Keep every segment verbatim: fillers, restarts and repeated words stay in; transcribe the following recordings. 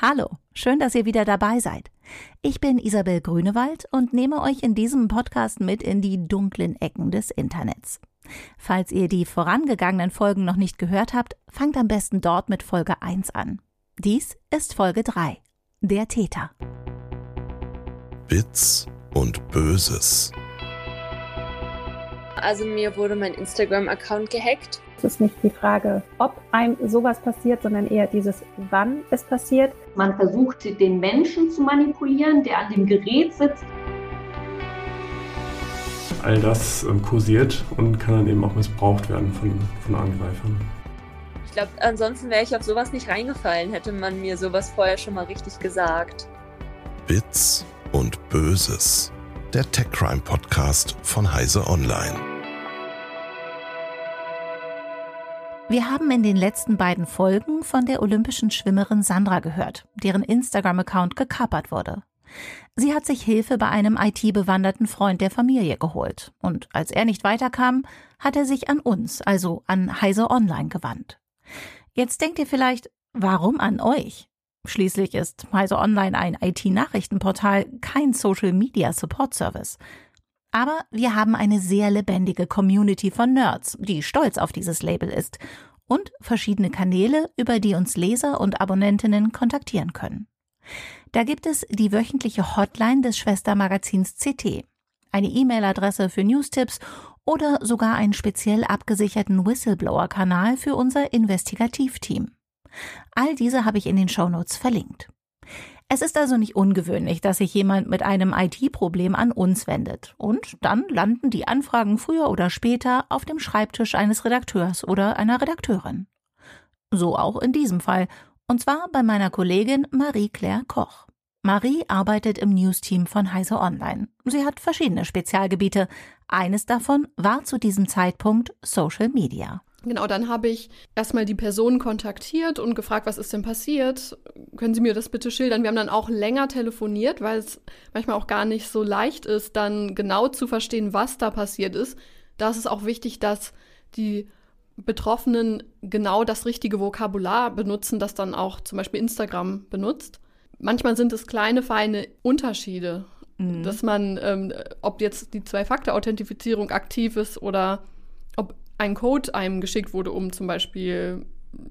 Hallo, schön, dass ihr wieder dabei seid. Ich bin Isabel Grünewald und nehme euch in diesem Podcast mit in die dunklen Ecken des Internets. Falls ihr die vorangegangenen Folgen noch nicht gehört habt, fangt am besten dort mit Folge eins an. Dies ist Folge drei, der Täter. Bits und Böses. Also mir wurde mein Instagram-Account gehackt. Es ist nicht die Frage, ob einem sowas passiert, sondern eher dieses, wann es passiert. Man versucht, den Menschen zu manipulieren, der an dem Gerät sitzt. All das ähm, kursiert und kann dann eben auch missbraucht werden von, von Angreifern. Ich glaube, ansonsten wäre ich auf sowas nicht reingefallen, hätte man mir sowas vorher schon mal richtig gesagt. Bits und Böses. Der Tech-Crime-Podcast von Heise Online. Wir haben in den letzten beiden Folgen von der olympischen Schwimmerin Sandra gehört, deren Instagram-Account gekapert wurde. Sie hat sich Hilfe bei einem I T-bewanderten Freund der Familie geholt. Und als er nicht weiterkam, hat er sich an uns, also an Heise Online, gewandt. Jetzt denkt ihr vielleicht, warum an euch? Schließlich ist Heise Online ein I T-Nachrichtenportal, kein Social-Media-Support-Service. Aber wir haben eine sehr lebendige Community von Nerds, die stolz auf dieses Label ist, und verschiedene Kanäle, über die uns Leser und Abonnentinnen kontaktieren können. Da gibt es die wöchentliche Hotline des Schwestermagazins C T, eine E-Mail-Adresse für Newstipps oder sogar einen speziell abgesicherten Whistleblower-Kanal für unser Investigativteam. All diese habe ich in den Shownotes verlinkt. Es ist also nicht ungewöhnlich, dass sich jemand mit einem I T-Problem an uns wendet. Und dann landen die Anfragen früher oder später auf dem Schreibtisch eines Redakteurs oder einer Redakteurin. So auch in diesem Fall. Und zwar bei meiner Kollegin Marie-Claire Koch. Marie arbeitet im News-Team von Heise Online. Sie hat verschiedene Spezialgebiete. Eines davon war zu diesem Zeitpunkt Social Media. Genau, dann habe ich erstmal die Person kontaktiert und gefragt, was ist denn passiert? Können Sie mir das bitte schildern? Wir haben dann auch länger telefoniert, weil es manchmal auch gar nicht so leicht ist, dann genau zu verstehen, was da passiert ist. Da ist es auch wichtig, dass die Betroffenen genau das richtige Vokabular benutzen, das dann auch zum Beispiel Instagram benutzt. Manchmal sind es kleine, feine Unterschiede, mhm. dass man, ähm, ob jetzt die Zwei-Faktor-Authentifizierung aktiv ist oder ob ein Code einem geschickt wurde, um zum Beispiel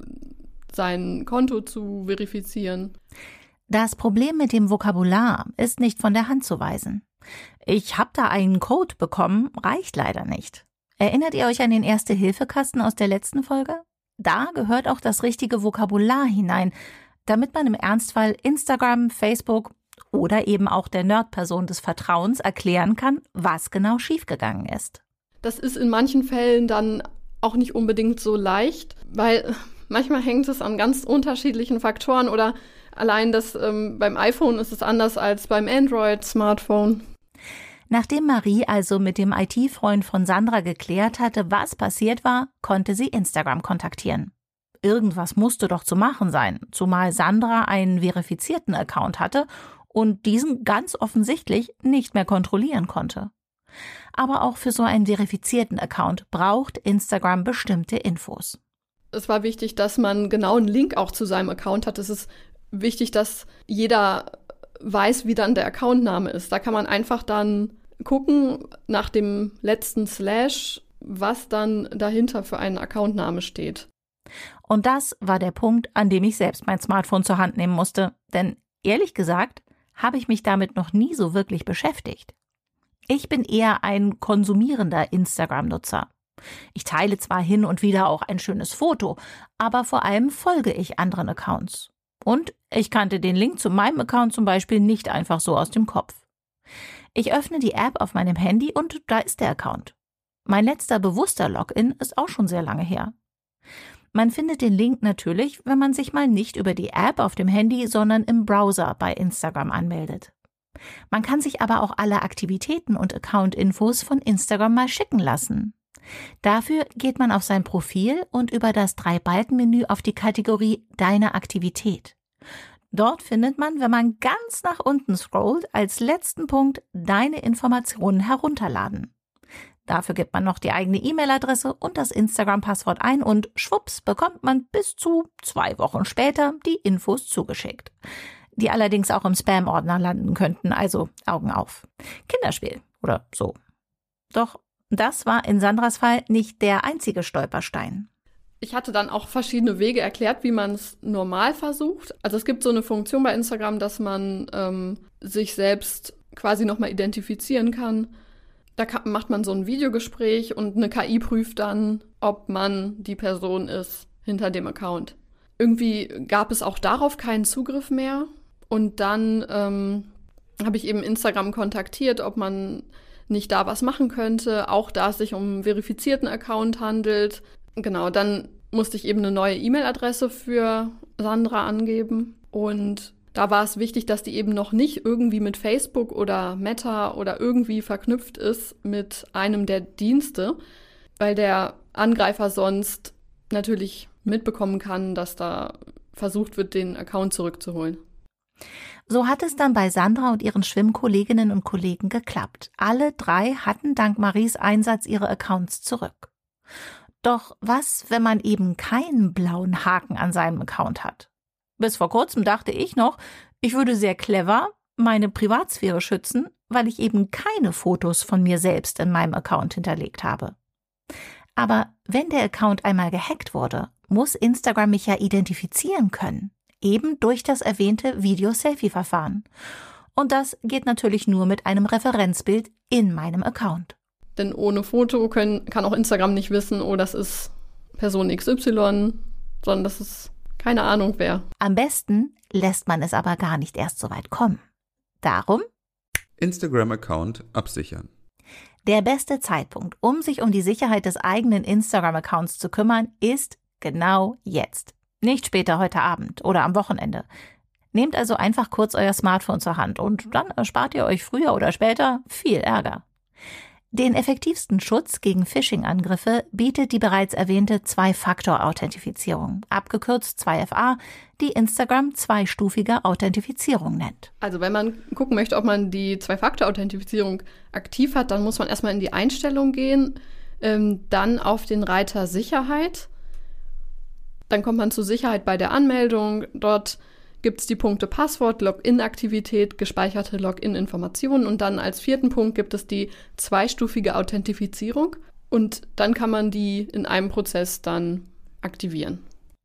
sein Konto zu verifizieren. Das Problem mit dem Vokabular ist nicht von der Hand zu weisen. Ich habe da einen Code bekommen, reicht leider nicht. Erinnert ihr euch an den Erste-Hilfe-Kasten aus der letzten Folge? Da gehört auch das richtige Vokabular hinein, damit man im Ernstfall Instagram, Facebook oder eben auch der Nerd-Person des Vertrauens erklären kann, was genau schiefgegangen ist. Das ist in manchen Fällen dann auch nicht unbedingt so leicht, weil manchmal hängt es an ganz unterschiedlichen Faktoren oder allein das ähm, beim iPhone ist es anders als beim Android-Smartphone. Nachdem Marie also mit dem I T-Freund von Sandra geklärt hatte, was passiert war, konnte sie Instagram kontaktieren. Irgendwas musste doch zu machen sein, zumal Sandra einen verifizierten Account hatte und diesen ganz offensichtlich nicht mehr kontrollieren konnte. Aber auch für so einen verifizierten Account braucht Instagram bestimmte Infos. Es war wichtig, dass man genau einen Link auch zu seinem Account hat. Es ist wichtig, dass jeder weiß, wie dann der Accountname ist. Da kann man einfach dann gucken nach dem letzten Slash, was dann dahinter für einen Accountname steht. Und das war der Punkt, an dem ich selbst mein Smartphone zur Hand nehmen musste. Denn ehrlich gesagt, habe ich mich damit noch nie so wirklich beschäftigt. Ich bin eher ein konsumierender Instagram-Nutzer. Ich teile zwar hin und wieder auch ein schönes Foto, aber vor allem folge ich anderen Accounts. Und ich kannte den Link zu meinem Account zum Beispiel nicht einfach so aus dem Kopf. Ich öffne die App auf meinem Handy und da ist der Account. Mein letzter bewusster Login ist auch schon sehr lange her. Man findet den Link natürlich, wenn man sich mal nicht über die App auf dem Handy, sondern im Browser bei Instagram anmeldet. Man kann sich aber auch alle Aktivitäten und Account-Infos von Instagram mal schicken lassen. Dafür geht man auf sein Profil und über das Drei-Balken-Menü auf die Kategorie Deine Aktivität. Dort findet man, wenn man ganz nach unten scrollt, als letzten Punkt Deine Informationen herunterladen. Dafür gibt man noch die eigene E-Mail-Adresse und das Instagram-Passwort ein und schwupps bekommt man bis zu zwei Wochen später die Infos zugeschickt. Die allerdings auch im Spam-Ordner landen könnten, also Augen auf. Kinderspiel oder so. Doch das war in Sandras Fall nicht der einzige Stolperstein. Ich hatte dann auch verschiedene Wege erklärt, wie man es normal versucht. Also es gibt so eine Funktion bei Instagram, dass man ähm, sich selbst quasi nochmal identifizieren kann. Da kann, macht man so ein Videogespräch und eine K I prüft dann, ob man die Person ist hinter dem Account. Irgendwie gab es auch darauf keinen Zugriff mehr. Und dann ähm, habe ich eben Instagram kontaktiert, ob man nicht da was machen könnte, auch da es sich um einen verifizierten Account handelt. Genau, dann musste ich eben eine neue E-Mail-Adresse für Sandra angeben. Und da war es wichtig, dass die eben noch nicht irgendwie mit Facebook oder Meta oder irgendwie verknüpft ist mit einem der Dienste, weil der Angreifer sonst natürlich mitbekommen kann, dass da versucht wird, den Account zurückzuholen. So hat es dann bei Sandra und ihren Schwimmkolleginnen und Kollegen geklappt. Alle drei hatten dank Maries Einsatz ihre Accounts zurück. Doch was, wenn man eben keinen blauen Haken an seinem Account hat? Bis vor kurzem dachte ich noch, ich würde sehr clever meine Privatsphäre schützen, weil ich eben keine Fotos von mir selbst in meinem Account hinterlegt habe. Aber wenn der Account einmal gehackt wurde, muss Instagram mich ja identifizieren können. Eben durch das erwähnte Video-Selfie-Verfahren. Und das geht natürlich nur mit einem Referenzbild in meinem Account. Denn ohne Foto können, kann auch Instagram nicht wissen, oh, das ist Person X Y, sondern das ist keine Ahnung wer. Am besten lässt man es aber gar nicht erst so weit kommen. Darum Instagram-Account absichern. Der beste Zeitpunkt, um sich um die Sicherheit des eigenen Instagram-Accounts zu kümmern, ist genau jetzt. Nicht später heute Abend oder am Wochenende. Nehmt also einfach kurz euer Smartphone zur Hand und dann erspart ihr euch früher oder später viel Ärger. Den effektivsten Schutz gegen Phishing-Angriffe bietet die bereits erwähnte Zwei-Faktor-Authentifizierung, abgekürzt zwei F A, die Instagram zweistufige Authentifizierung nennt. Also wenn man gucken möchte, ob man die Zwei-Faktor-Authentifizierung aktiv hat, dann muss man erstmal in die Einstellung gehen, ähm, dann auf den Reiter Sicherheit. Dann kommt man zu Sicherheit bei der Anmeldung. Dort gibt es die Punkte Passwort, Login-Aktivität, gespeicherte Login-Informationen und dann als vierten Punkt gibt es die zweistufige Authentifizierung und dann kann man die in einem Prozess dann aktivieren.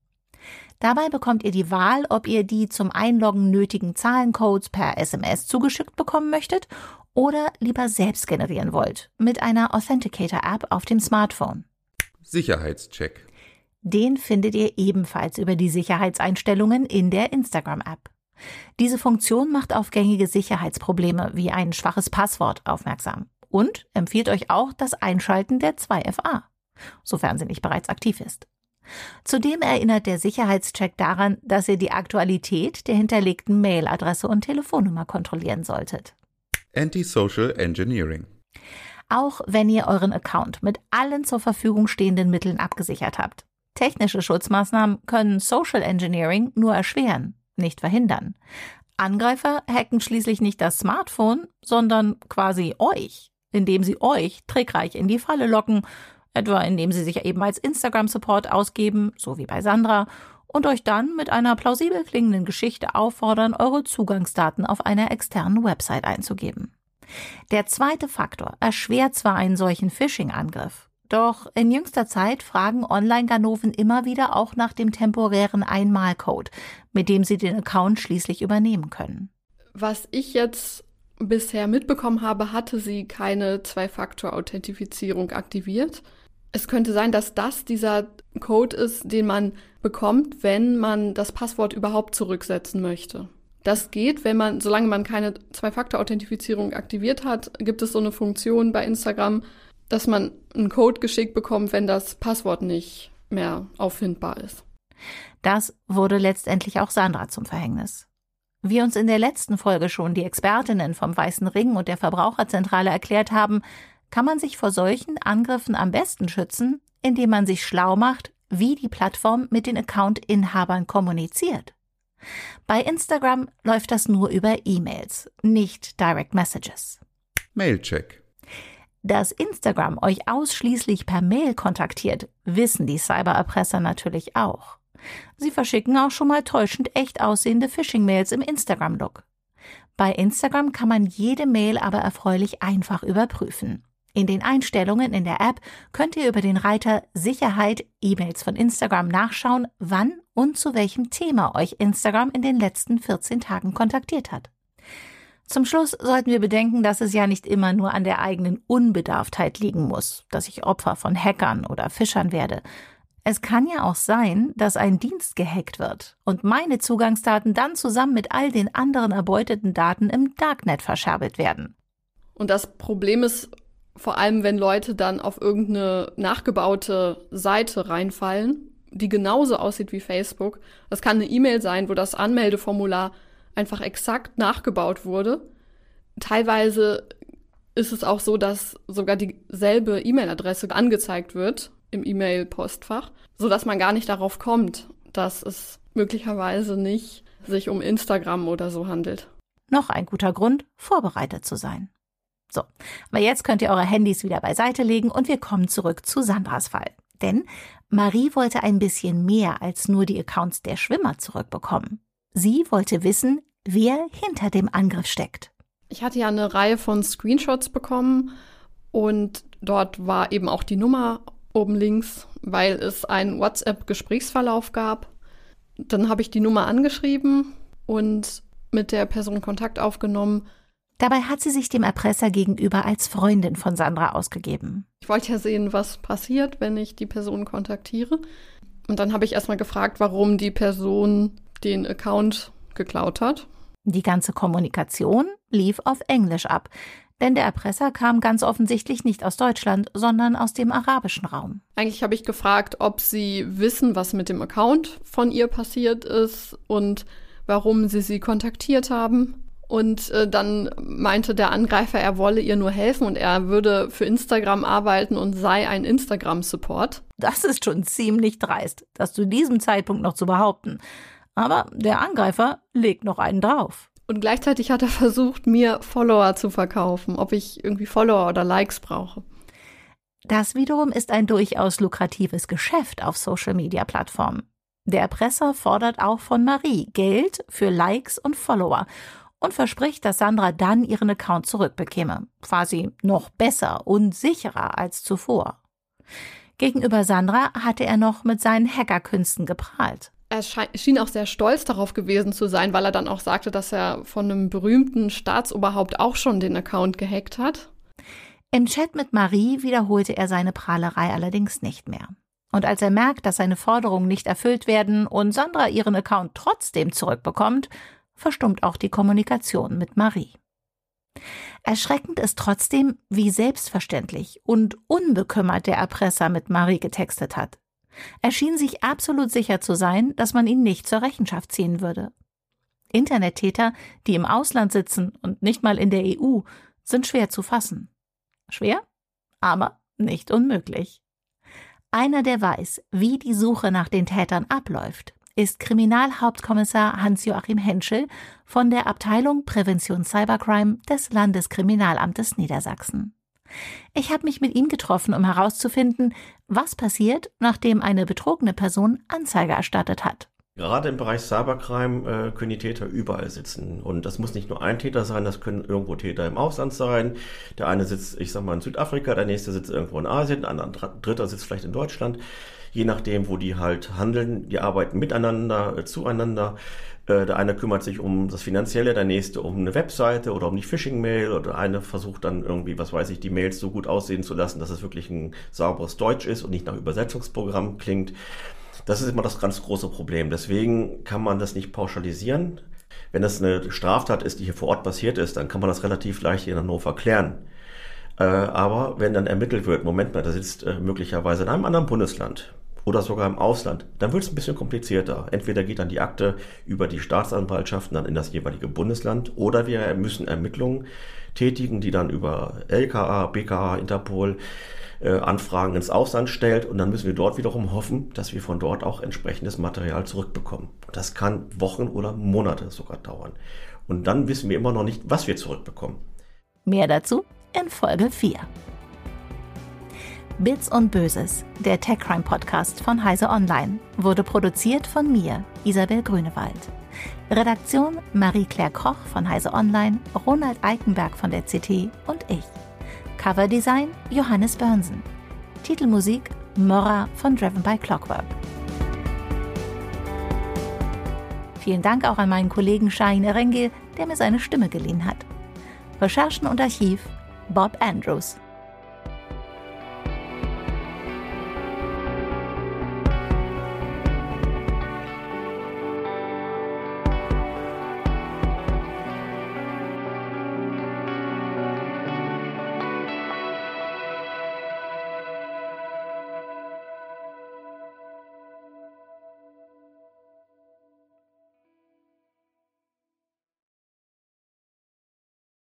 Dabei bekommt ihr die Wahl, ob ihr die zum Einloggen nötigen Zahlencodes per S M S zugeschickt bekommen möchtet oder lieber selbst generieren wollt mit einer Authenticator-App auf dem Smartphone. Sicherheitscheck. Den findet ihr ebenfalls über die Sicherheitseinstellungen in der Instagram-App. Diese Funktion macht auf gängige Sicherheitsprobleme wie ein schwaches Passwort aufmerksam und empfiehlt euch auch das Einschalten der zwei F A, sofern sie nicht bereits aktiv ist. Zudem erinnert der Sicherheitscheck daran, dass ihr die Aktualität der hinterlegten Mailadresse und Telefonnummer kontrollieren solltet. Anti-Social Engineering. Auch wenn ihr euren Account mit allen zur Verfügung stehenden Mitteln abgesichert habt. Technische Schutzmaßnahmen können Social Engineering nur erschweren, nicht verhindern. Angreifer hacken schließlich nicht das Smartphone, sondern quasi euch, indem sie euch trickreich in die Falle locken, etwa indem sie sich eben als Instagram-Support ausgeben, so wie bei Sandra, und euch dann mit einer plausibel klingenden Geschichte auffordern, eure Zugangsdaten auf einer externen Website einzugeben. Der zweite Faktor erschwert zwar einen solchen Phishing-Angriff, doch in jüngster Zeit fragen Online-Ganoven immer wieder auch nach dem temporären Einmalcode, mit dem sie den Account schließlich übernehmen können. Was ich jetzt bisher mitbekommen habe, hatte sie keine Zwei-Faktor-Authentifizierung aktiviert. Es könnte sein, dass das dieser Code ist, den man bekommt, wenn man das Passwort überhaupt zurücksetzen möchte. Das geht, wenn man, solange man keine Zwei-Faktor-Authentifizierung aktiviert hat, gibt es so eine Funktion bei Instagram, dass man einen Code geschickt bekommt, wenn das Passwort nicht mehr auffindbar ist. Das wurde letztendlich auch Sandra zum Verhängnis. Wie uns in der letzten Folge schon die Expertinnen vom Weißen Ring und der Verbraucherzentrale erklärt haben, kann man sich vor solchen Angriffen am besten schützen, indem man sich schlau macht, wie die Plattform mit den Account-Inhabern kommuniziert. Bei Instagram läuft das nur über E-Mails, nicht Direct Messages. Mailcheck. Dass Instagram euch ausschließlich per Mail kontaktiert, wissen die Cybererpresser natürlich auch. Sie verschicken auch schon mal täuschend echt aussehende Phishing-Mails im Instagram-Look. Bei Instagram kann man jede Mail aber erfreulich einfach überprüfen. In den Einstellungen in der App könnt ihr über den Reiter Sicherheit E-Mails von Instagram nachschauen, wann und zu welchem Thema euch Instagram in den letzten vierzehn Tagen kontaktiert hat. Zum Schluss sollten wir bedenken, dass es ja nicht immer nur an der eigenen Unbedarftheit liegen muss, dass ich Opfer von Hackern oder Fischern werde. Es kann ja auch sein, dass ein Dienst gehackt wird und meine Zugangsdaten dann zusammen mit all den anderen erbeuteten Daten im Darknet verscherbelt werden. Und das Problem ist vor allem, wenn Leute dann auf irgendeine nachgebaute Seite reinfallen, die genauso aussieht wie Facebook. Das kann eine E-Mail sein, wo das Anmeldeformular einfach exakt nachgebaut wurde. Teilweise ist es auch so, dass sogar dieselbe E-Mail-Adresse angezeigt wird im E-Mail-Postfach, sodass man gar nicht darauf kommt, dass es möglicherweise nicht sich um Instagram oder so handelt. Noch ein guter Grund, vorbereitet zu sein. So, aber jetzt könnt ihr eure Handys wieder beiseite legen und wir kommen zurück zu Sandras Fall. Denn Marie wollte ein bisschen mehr als nur die Accounts der Schwimmer zurückbekommen. Sie wollte wissen, wer hinter dem Angriff steckt. Ich hatte ja eine Reihe von Screenshots bekommen und dort war eben auch die Nummer oben links, weil es einen WhatsApp-Gesprächsverlauf gab. Dann habe ich die Nummer angeschrieben und mit der Person Kontakt aufgenommen. Dabei hat sie sich dem Erpresser gegenüber als Freundin von Sandra ausgegeben. Ich wollte ja sehen, was passiert, wenn ich die Person kontaktiere. Und dann habe ich erstmal gefragt, warum die Person den Account geklaut hat. Die ganze Kommunikation lief auf Englisch ab, denn der Erpresser kam ganz offensichtlich nicht aus Deutschland, sondern aus dem arabischen Raum. Eigentlich habe ich gefragt, ob sie wissen, was mit dem Account von ihr passiert ist und warum sie sie kontaktiert haben. Und äh, dann meinte der Angreifer, er wolle ihr nur helfen und er würde für Instagram arbeiten und sei ein Instagram-Support. Das ist schon ziemlich dreist, das zu diesem Zeitpunkt noch zu behaupten. Aber der Angreifer legt noch einen drauf. Und gleichzeitig hat er versucht, mir Follower zu verkaufen, ob ich irgendwie Follower oder Likes brauche. Das wiederum ist ein durchaus lukratives Geschäft auf Social-Media-Plattformen. Der Erpresser fordert auch von Marie Geld für Likes und Follower und verspricht, dass Sandra dann ihren Account zurückbekäme. Quasi noch besser und sicherer als zuvor. Gegenüber Sandra hatte er noch mit seinen Hackerkünsten geprahlt. Er schien auch sehr stolz darauf gewesen zu sein, weil er dann auch sagte, dass er von einem berühmten Staatsoberhaupt auch schon den Account gehackt hat. Im Chat mit Marie wiederholte er seine Prahlerei allerdings nicht mehr. Und als er merkt, dass seine Forderungen nicht erfüllt werden und Sandra ihren Account trotzdem zurückbekommt, verstummt auch die Kommunikation mit Marie. Erschreckend ist trotzdem, wie selbstverständlich und unbekümmert der Erpresser mit Marie getextet hat. Er schien sich absolut sicher zu sein, dass man ihn nicht zur Rechenschaft ziehen würde. Internettäter, die im Ausland sitzen und nicht mal in der E U, sind schwer zu fassen. Schwer, aber nicht unmöglich. Einer, der weiß, wie die Suche nach den Tätern abläuft, ist Kriminalhauptkommissar Hans-Joachim Henschel von der Abteilung Prävention Cybercrime des Landeskriminalamtes Niedersachsen. Ich habe mich mit ihm getroffen, um herauszufinden, was passiert, nachdem eine betrogene Person Anzeige erstattet hat. Gerade im Bereich Cybercrime äh, können die Täter überall sitzen. Und das muss nicht nur ein Täter sein, das können irgendwo Täter im Ausland sein. Der eine sitzt, ich sag mal, in Südafrika, der nächste sitzt irgendwo in Asien, ein anderer, dritter sitzt vielleicht in Deutschland. Je nachdem, wo die halt handeln, die arbeiten miteinander, äh, zueinander. Äh, der eine kümmert sich um das Finanzielle, der nächste um eine Webseite oder um die Phishing-Mail oder der eine versucht dann irgendwie, was weiß ich, die Mails so gut aussehen zu lassen, dass es wirklich ein sauberes Deutsch ist und nicht nach Übersetzungsprogramm klingt. Das ist immer das ganz große Problem. Deswegen kann man das nicht pauschalisieren. Wenn das eine Straftat ist, die hier vor Ort passiert ist, dann kann man das relativ leicht in Hannover klären. Äh, aber wenn dann ermittelt wird, Moment mal, da sitzt äh, möglicherweise in einem anderen Bundesland oder sogar im Ausland, dann wird es ein bisschen komplizierter. Entweder geht dann die Akte über die Staatsanwaltschaften dann in das jeweilige Bundesland oder wir müssen Ermittlungen tätigen, die dann über L K A, B K A, Interpol äh, Anfragen ins Ausland stellt und dann müssen wir dort wiederum hoffen, dass wir von dort auch entsprechendes Material zurückbekommen. Das kann Wochen oder Monate sogar dauern. Und dann wissen wir immer noch nicht, was wir zurückbekommen. Mehr dazu in Folge vier. Bits und Böses, der Tech-Crime-Podcast von Heise Online, wurde produziert von mir, Isabel Grünewald. Redaktion Marie-Claire Koch von Heise Online, Ronald Eikenberg von der C T und ich. Coverdesign Johannes Börnsen. Titelmusik Mora von Driven by Clockwork. Vielen Dank auch an meinen Kollegen Shahin Erengil, der mir seine Stimme geliehen hat. Recherchen und Archiv Bob Andrews.